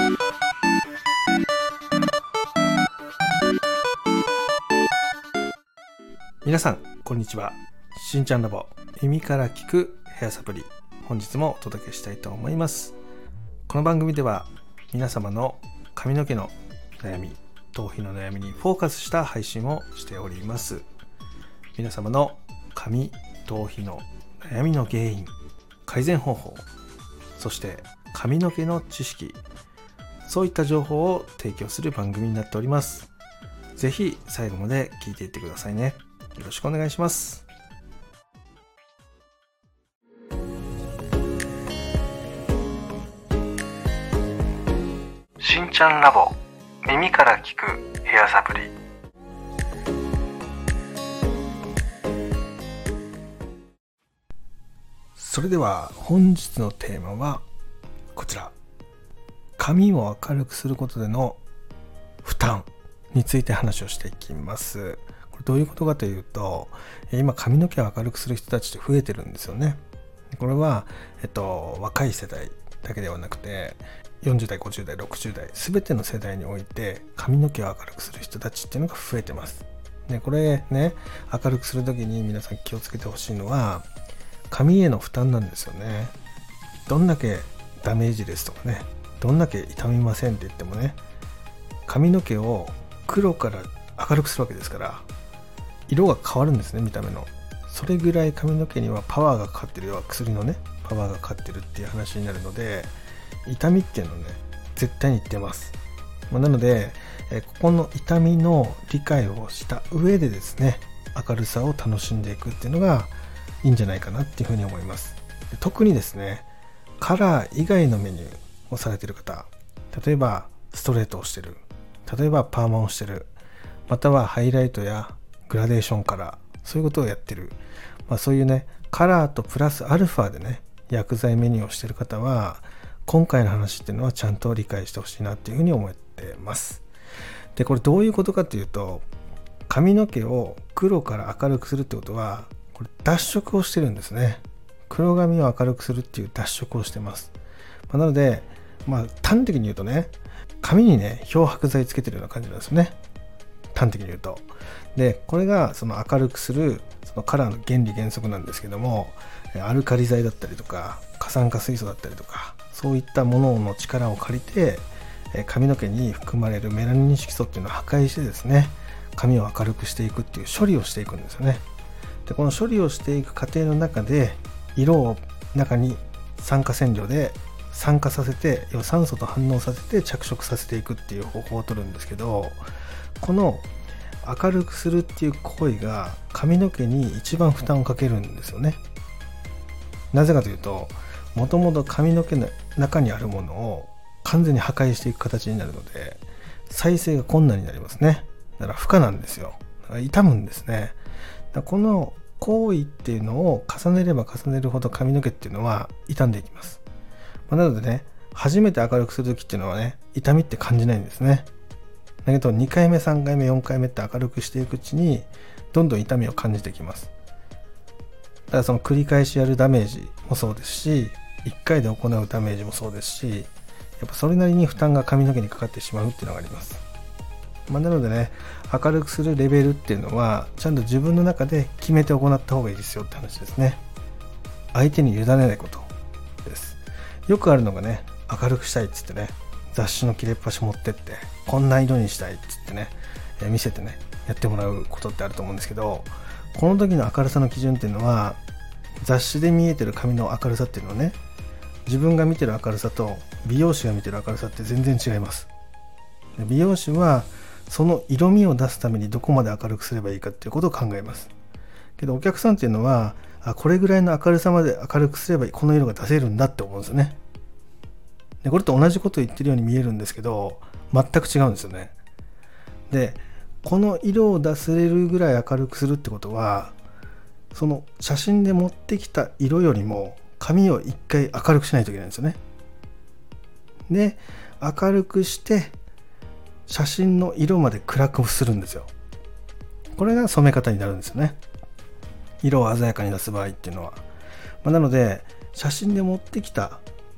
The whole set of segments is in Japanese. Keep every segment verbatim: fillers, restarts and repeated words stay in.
皆さんこんにちは。しんちゃんラボ耳から聞くヘアサプリ、本日もお届けしたいと思います。この番組では皆様の髪の毛の悩み、頭皮の悩みにフォーカスした配信をしております。皆様の髪、頭皮の悩みの原因、改善方法、そして髪の毛の知識、そういった情報を提供する番組になっております。ぜひ最後まで聞いていってくださいね。よろしくお願いします。しんちゃんラボ耳から聞くヘアサプリ。それでは本日のテーマはこちら、髪を明るくすることでの負担について話をしていきます。これどういうことかというと、今髪の毛を明るくする人たちって増えてるんですよね。これは、えっと、若い世代だけではなくてよんじゅう代、ごじゅう代、ろくじゅう代全ての世代において髪の毛を明るくする人たちっていうのが増えてます。でこれね、明るくするときに皆さん気をつけてほしいのは髪への負担なんですよね。どんだけダメージですとかね、どんだけ痛みませんって言ってもね、髪の毛を黒から明るくするわけですから色が変わるんですね、見た目の。それぐらい髪の毛にはパワーがかかってるよ、薬のねパワーがかかってるっていう話になるので、痛みっていうのはね絶対に出ます。なのでえここの痛みの理解をした上でですね、明るさを楽しんでいくっていうのがいいんじゃないかなっていうふうに思います。特にですね、カラー以外のメニューをされている方、例えばストレートをしてる、例えばパーマをしてる、またはハイライトやグラデーションカラー、そういうことをやってる、まあ、そういうねカラーとプラスアルファでね薬剤メニューをしている方は今回の話っていうのはちゃんと理解してほしいなっていうふうに思ってます。でこれどういうことかっていうと、髪の毛を黒から明るくするってことはこれ脱色をしてるんですね。黒髪を明るくするっていう脱色をしてます。まあ、なのでまあ端的に言うとね、髪にね漂白剤つけてるような感じなんですよね、端的に言うと。でこれがその明るくするそのカラーの原理原則なんですけども、アルカリ剤だったりとか過酸化水素だったりとか、そういったものの力を借りて髪の毛に含まれるメラニン色素っていうのを破壊してですね、髪を明るくしていくっていう処理をしていくんですよね。でこの処理をしていく過程の中で色を中に酸化染料で酸化させて、要は酸素と反応させて着色させていくっていう方法を取るんですけど、この明るくするっていう行為が髪の毛に一番負担をかけるんですよね。なぜかというと、もともと髪の毛の中にあるものを完全に破壊していく形になるので再生が困難になりますね。だから負荷なんですよ。だから痛むんですね。だからこの行為っていうのを重ねれば重ねるほど髪の毛っていうのは傷んでいきます。まあ、なのでね、初めて明るくするときっていうのはね、痛みって感じないんですね。だけどにかいめ、さんかいめ、よんかいめって明るくしていくうちにどんどん痛みを感じてきます。だからその繰り返しやるダメージもそうですし、いっかいで行うダメージもそうですし、やっぱそれなりに負担が髪の毛にかかってしまうっていうのがあります。まあ、なのでね、明るくするレベルっていうのはちゃんと自分の中で決めて行った方がいいですよって話ですね。相手に委ねないことです。よくあるのがね、明るくしたいっつってね、雑誌の切れっ端持ってってこんな色にしたいっつってね、え見せてねやってもらうことってあると思うんですけど、この時の明るさの基準っていうのは雑誌で見えてる髪の明るさっていうのはね、自分が見てる明るさと美容師が見てる明るさって全然違います。美容師はその色味を出すためにどこまで明るくすればいいかっていうことを考えます。けどお客さんっていうのは、あこれぐらいの明るさまで明るくすればこの色が出せるんだって思うんですよね。でこれと同じことを言ってるように見えるんですけど全く違うんですよね。でこの色を出せれるぐらい明るくするってことは、その写真で持ってきた色よりも髪を一回明るくしないといけないんですよね。で明るくして写真の色まで暗くするんですよ。これが染め方になるんですよね。色を鮮やかに出す場合っていうのは、まあ、なので写真で持ってきた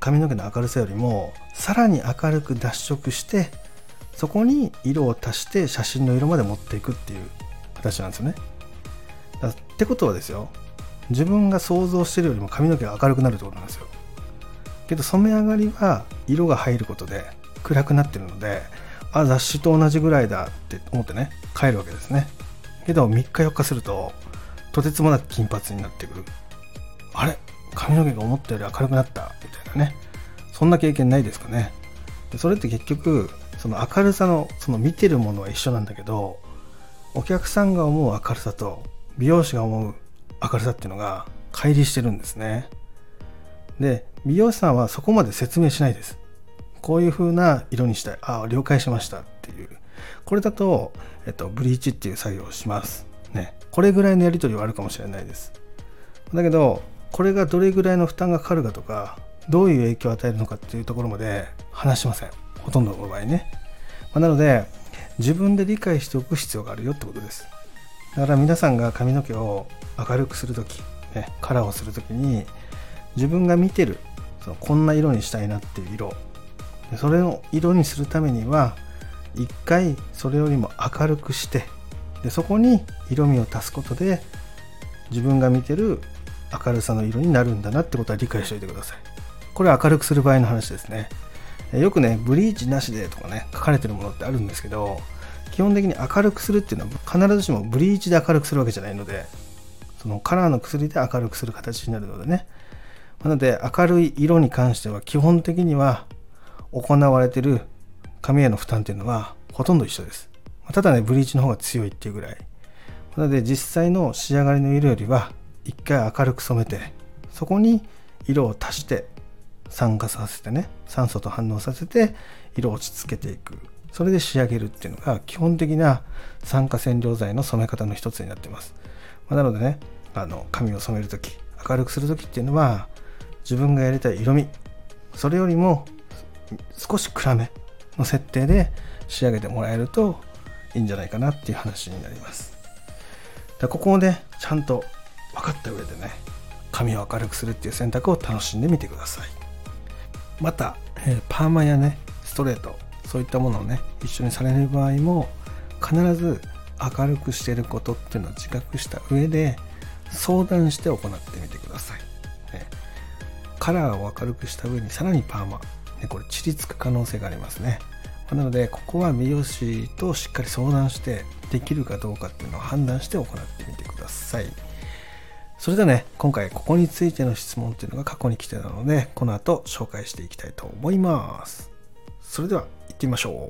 髪の毛の明るさよりもさらに明るく脱色して、そこに色を足して写真の色まで持っていくっていう形なんですよね。だってことはですよ、自分が想像してるよりも髪の毛が明るくなるってことなんですよ。けど染め上がりは色が入ることで暗くなってるので、あ、雑誌と同じぐらいだって思ってね帰るわけですね。けどみっかよっかするととてつもなく金髪になってくる。あれ、髪の毛が思ったより明るくなったみたいなね、そんな経験ないですかね。でそれって結局その明るさのその見てるものは一緒なんだけど、お客さんが思う明るさと美容師が思う明るさっていうのが乖離してるんですね。で美容師さんはそこまで説明しないです。こういう風な色にしたい、ああ了解しましたっていう、これだと、えっと、ブリーチっていう作業をしますね。これぐらいのやり取りはあるかもしれないです。だけどこれがどれぐらいの負担がかかるかとか、どういう影響を与えるのかっていうところまで話しません、ほとんどの場合ね。まあ、なので自分で理解しておく必要があるよってことです。だから皆さんが髪の毛を明るくするとき、ね、カラーをするときに自分が見てるそのこんな色にしたいなっていう色、それを色にするためには一回それよりも明るくして、でそこに色味を足すことで自分が見てる明るさの色になるんだなってことは理解しておいてください。これは明るくする場合の話ですね。よくねブリーチなしでとかね書かれてるものってあるんですけど、基本的に明るくするっていうのは必ずしもブリーチで明るくするわけじゃないので、そのカラーの薬で明るくする形になるのでね。なので明るい色に関しては基本的には行われている髪への負担っていうのはほとんど一緒です。ただねブリーチの方が強いっていうぐらいなので、実際の仕上がりの色よりは一回明るく染めて、そこに色を足して酸化させてね、酸素と反応させて色を落ち着けていく、それで仕上げるっていうのが基本的な酸化染料剤の染め方の一つになっています。なのでね、あの髪を染めるとき、明るくするときっていうのは自分がやりたい色味、それよりも少し暗めの設定で仕上げてもらえるといいんじゃないかなっていう話になります。だここをねちゃんと分かった上でね、髪を明るくするっていう選択を楽しんでみてください。また、えー、パーマやねストレート、そういったものをね一緒にされる場合も必ず明るくしていることっていうのを自覚した上で相談して行ってみてください、ね、カラーを明るくした上にさらにパーマ、ね、これ散りつく可能性がありますね。なのでここは美容師としっかり相談してできるかどうかっていうのを判断して行ってみてください。それではね、今回ここについての質問っていうのが過去に来てたので、この後紹介していきたいと思います。それでは行ってみましょ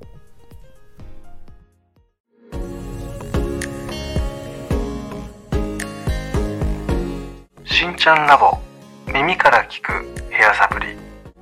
う。しんちゃんラボ、耳から聞くヘアサプリ。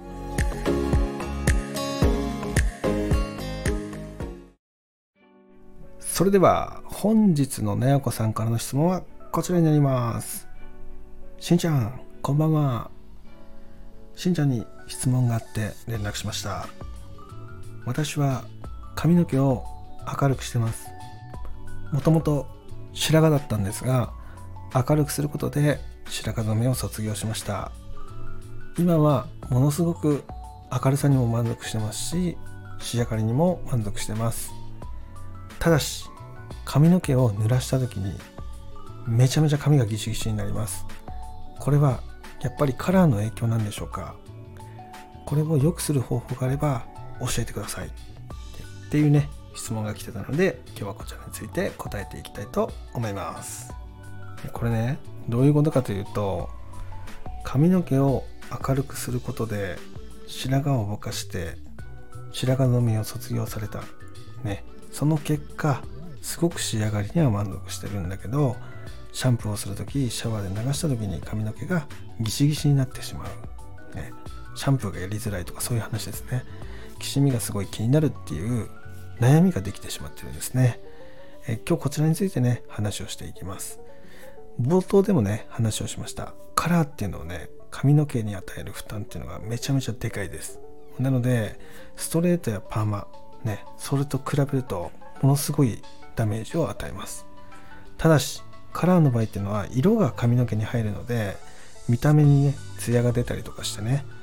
それでは本日のなやこさんからの質問はこちらになります。しんちゃん、こんばんは。しんちゃんに質問があって連絡しました。私は髪の毛を明るくしてます。もともと白髪だったんですが、明るくすることで白髪染めを卒業しました。今はものすごく明るさにも満足してますし、仕上がりにも満足してます。ただし髪の毛を濡らした時にめちゃめちゃ髪がギシギシになります。これはやっぱりカラーの影響なんでしょうか。これを良くする方法があれば教えてくださいっていうね質問が来てたので、今日はこちらについて答えていきたいと思います。これね、どういうことかというと、髪の毛を明るくすることで白髪をぼかして白髪染めを卒業されたね、その結果すごく仕上がりには満足してるんだけど、シャンプーをするとき、シャワーで流したときに髪の毛がギシギシになってしまう、ね、シャンプーがやりづらいとかそういう話ですね。きしみがすごい気になるっていう悩みができてしまってるんですね。え今日こちらについてね話をしていきます。冒頭でもね話をしました。カラーっていうのをね髪の毛に与える負担っていうのがめちゃめちゃでかいです。なのでストレートやパーマね、それと比べるとものすごいダメージを与えます。ただしカラーの場合っていうのは色が髪の毛に入るので、見た目にねツヤが出たりとかしてね、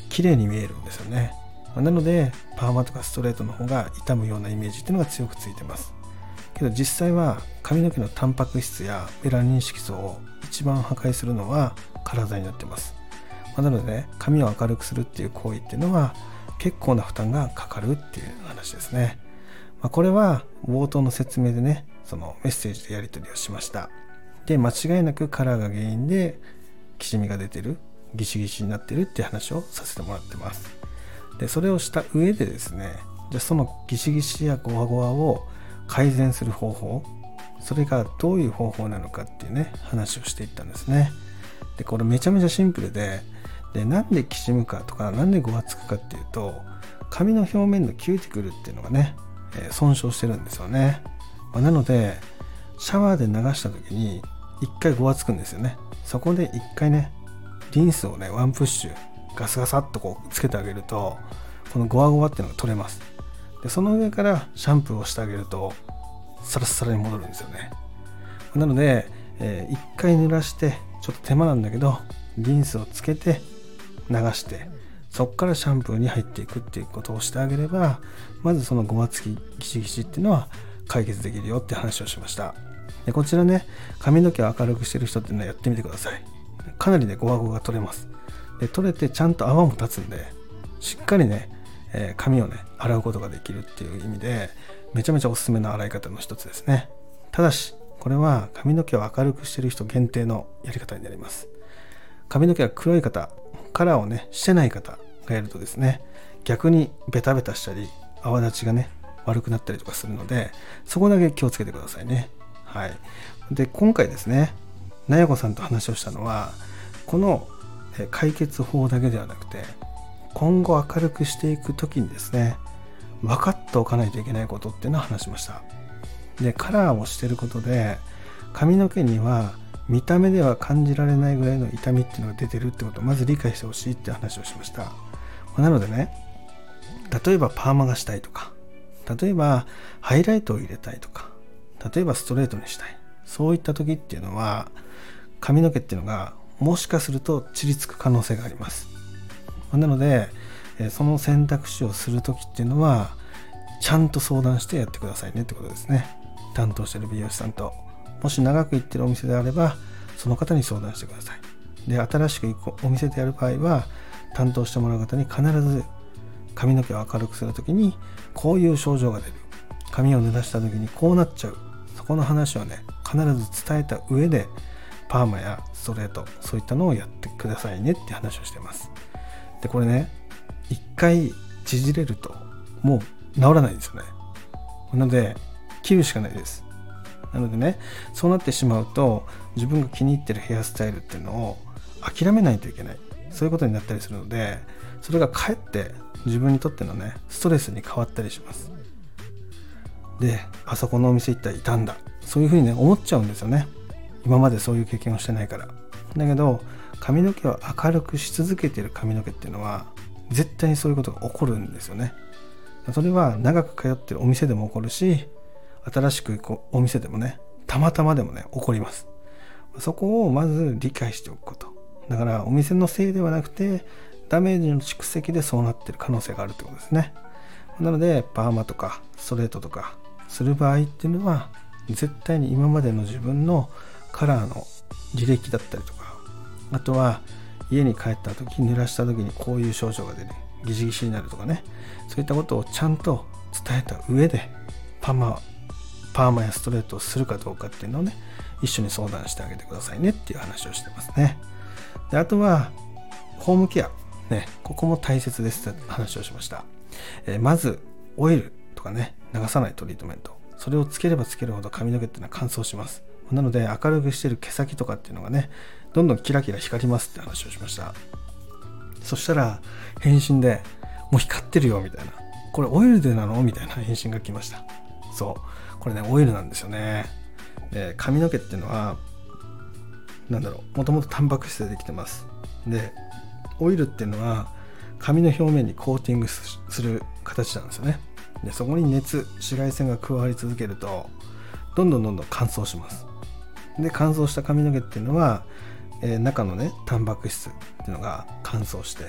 綺麗に見えるんですよね。なのでパーマとかストレートの方が傷むようなイメージっていうのが強くついてます。けど実際は髪の毛のタンパク質やメラニン色素を一番破壊するのは体になってます。なのでね、髪を明るくするっていう行為っていうのは結構な負担がかかるっていう話ですね。まあ、これは冒頭の説明でね、そのメッセージでやり取りをしました。で、間違いなくカラーが原因できしみが出てる、ギシギシになってるっていう話をさせてもらってます。で、それをした上でですね、じゃあそのギシギシやゴワゴワを改善する方法、それがどういう方法なのかっていうね、話をしていったんですね。で、これめちゃめちゃシンプルで、で、なんできしむかとか、なんでゴワつくかっていうと、髪の表面のキューティクルっていうのがね、えー、損傷してるんですよね。まあ、なので、シャワーで流した時に一回ゴワつくんですよね。そこで一回ね、リンスをね、ワンプッシュ、ガサガサっとこうつけてあげると、このゴワゴワっていうのが取れます。で、その上からシャンプーをしてあげると、サラッサラに戻るんですよね。なので、えー、一回濡らして、ちょっと手間なんだけど、リンスをつけて、流してそこからシャンプーに入っていくっていうことをしてあげれば、まずそのゴワつきギシギシっていうのは解決できるよって話をしました。で、こちらね、髪の毛を明るくしてる人っていうのはやってみてください。かなりね、ゴワゴワが取れます。で、取れてちゃんと泡も立つんで、しっかりね、えー、髪をね洗うことができるっていう意味でめちゃめちゃおすすめの洗い方の一つですね。ただしこれは髪の毛を明るくしてる人限定のやり方になります。髪の毛が黒い方、カラーをねしてない方がやるとですね、逆にベタベタしたり泡立ちがね悪くなったりとかするので、そこだけ気をつけてくださいね。はい。で、今回ですね、なやこさんと話をしたのは、この解決法だけではなくて、今後明るくしていくときにですね、分かっておかないといけないことっていうのを話しました。で、カラーをしていることで髪の毛には見た目では感じられないぐらいの痛みっていうのが出てるってことをまず理解してほしいって話をしました。なのでね、例えばパーマがしたいとか、例えばハイライトを入れたいとか、例えばストレートにしたい、そういった時っていうのは髪の毛っていうのがもしかすると散りつく可能性があります。なのでその選択肢をする時っていうのはちゃんと相談してやってくださいねってことですね。担当している美容師さんと、もし長く行ってるお店であればその方に相談してください。で、新しく行くお店でやる場合は担当してもらう方に必ず髪の毛を明るくするときにこういう症状が出る、髪を濡らした時にこうなっちゃう、そこの話をね必ず伝えた上でパーマやストレート、そういったのをやってくださいねって話をしてます。で、これね、一回縮れるともう治らないんですよね。なので切るしかないです。なのでね、そうなってしまうと自分が気に入ってるヘアスタイルっていうのを諦めないといけない、そういうことになったりするので、それがかえって自分にとってのねストレスに変わったりします。で、あそこのお店行ったらいたんだ、そういうふうにね思っちゃうんですよね。今までそういう経験をしてないから。だけど髪の毛を明るくし続けている髪の毛っていうのは絶対にそういうことが起こるんですよね。それは長く通ってるお店でも起こるし、新しく行くお店でもね、たまたまでもね起こります。そこをまず理解しておくこと。だからお店のせいではなくてダメージの蓄積でそうなってる可能性があるってことですね。なのでパーマとかストレートとかする場合っていうのは絶対に今までの自分のカラーの履歴だったりとか、あとは家に帰った時濡らした時にこういう症状が出る、ギシギシになるとかね、そういったことをちゃんと伝えた上でパーマパーマやストレートをするかどうかっていうのをね一緒に相談してあげてくださいねっていう話をしてますね。で、あとはホームケアね、ここも大切ですって話をしました。えー、まずオイルとかね流さないトリートメント、それをつければつけるほど髪の毛っていうのは乾燥します。なので明るくしてる毛先とかっていうのがねどんどんキラキラ光りますって話をしました。そしたら返信でもう光ってるよみたいな、これオイルでなのみたいな返信が来ました。そうこれねオイルなんですよね。で、髪の毛っていうのはなんだろう、もともとタンパク質でできてます。で、オイルっていうのは髪の表面にコーティングする形なんですよね。で、そこに熱、紫外線が加わり続けるとどんどんどんどん乾燥します。で、乾燥した髪の毛っていうのは、えー、中のねタンパク質っていうのが乾燥して、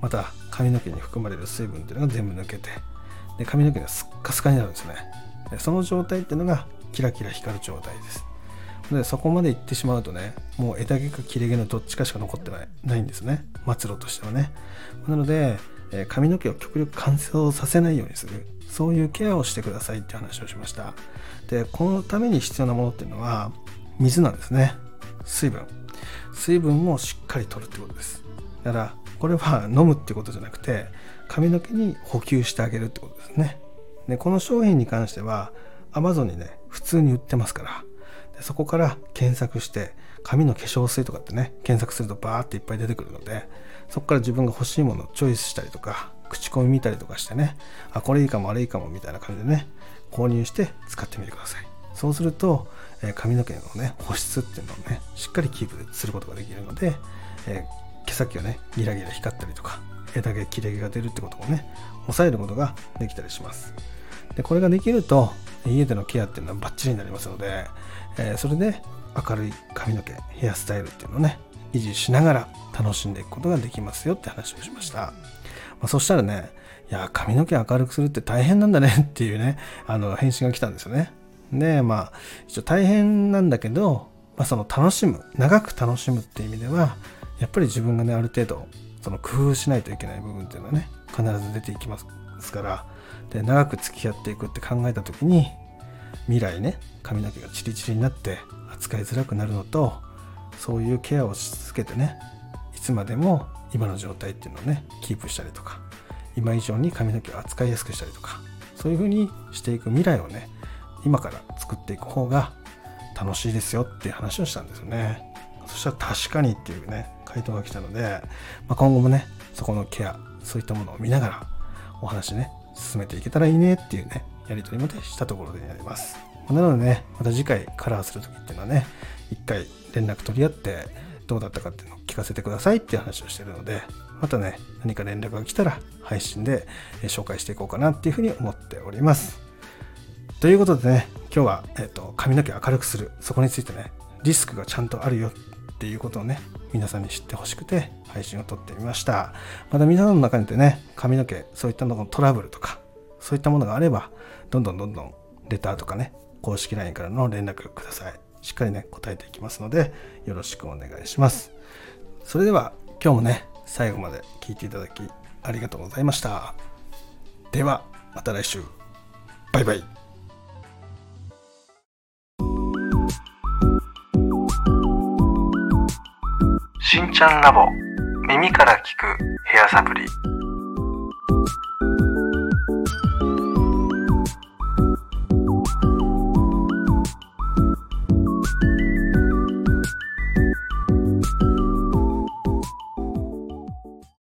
また髪の毛に含まれる水分っていうのが全部抜けて、で髪の毛がスッカスカになるんですね。でその状態っていうのがキラキラ光る状態です。でそこまで行ってしまうとね、もう枝毛か切れ毛のどっちかしか残ってないないんですね、末路としてはね。なので、えー、髪の毛を極力乾燥させないようにする、そういうケアをしてくださいって話をしました。でこのために必要なものっていうのは水なんですね。水分水分をしっかり取るってことです。だからこれは飲むってことじゃなくて、髪の毛に補給してあげるってことですね。でこの商品に関しては Amazon にね普通に売ってますから、でそこから検索して髪の化粧水とかってね検索するとバーっていっぱい出てくるので、そこから自分が欲しいものをチョイスしたりとか口コミ見たりとかしてね、あこれいいかもあれいいかもみたいな感じでね購入して使ってみてください。そうすると、えー、髪の毛のね保湿っていうのをねしっかりキープすることができるので、えー、毛先がねギラギラ光ったりとか枝毛切れ毛が出るってことをね抑えることができたりします。でこれができると家でのケアっていうのはバッチリになりますので、えー、それで明るい髪の毛ヘアスタイルっていうのをね維持しながら楽しんでいくことができますよって話をしました。まあ、そしたらね、いや髪の毛明るくするって大変なんだねっていうねあの返信が来たんですよね。でまあ一応大変なんだけど、まあ、その楽しむ長く楽しむっていう意味ではやっぱり自分がねある程度その工夫しないといけない部分っていうのはね必ず出ていきますから、で長く付き合っていくって考えた時に未来ね髪の毛がチリチリになって扱いづらくなるのと、そういうケアをし続けてねいつまでも今の状態っていうのをねキープしたりとか、今以上に髪の毛を扱いやすくしたりとか、そういう風にしていく未来をね今から作っていく方が楽しいですよっていう話をしたんですよね。そしたら確かにっていうね回答が来たので、まあ、今後もねそこのケアそういったものを見ながらお話ね進めていけたらいいねっていうねやり取りまでしたところでやります。なのでねまた次回カラーする時っていうのはね一回連絡取り合ってどうだったかっていうのを聞かせてくださいっていう話をしているので、またね何か連絡が来たら配信で紹介していこうかなっていうふうに思っております。ということでね今日は、えーと、髪の毛を明るくする、そこについてねリスクがちゃんとあるよっていうことをね皆さんに知ってほしくて配信を撮ってみました。また皆さんの中にてね髪の毛そういったののトラブルとかそういったものがあればどんどんどんどんレターとかね公式 ライン からの連絡ください。しっかりね答えていきますのでよろしくお願いします。それでは今日もね最後まで聞いていただきありがとうございました。ではまた来週、バイバイ。 しんちゃんラボ、耳から聞くヘアサプリ。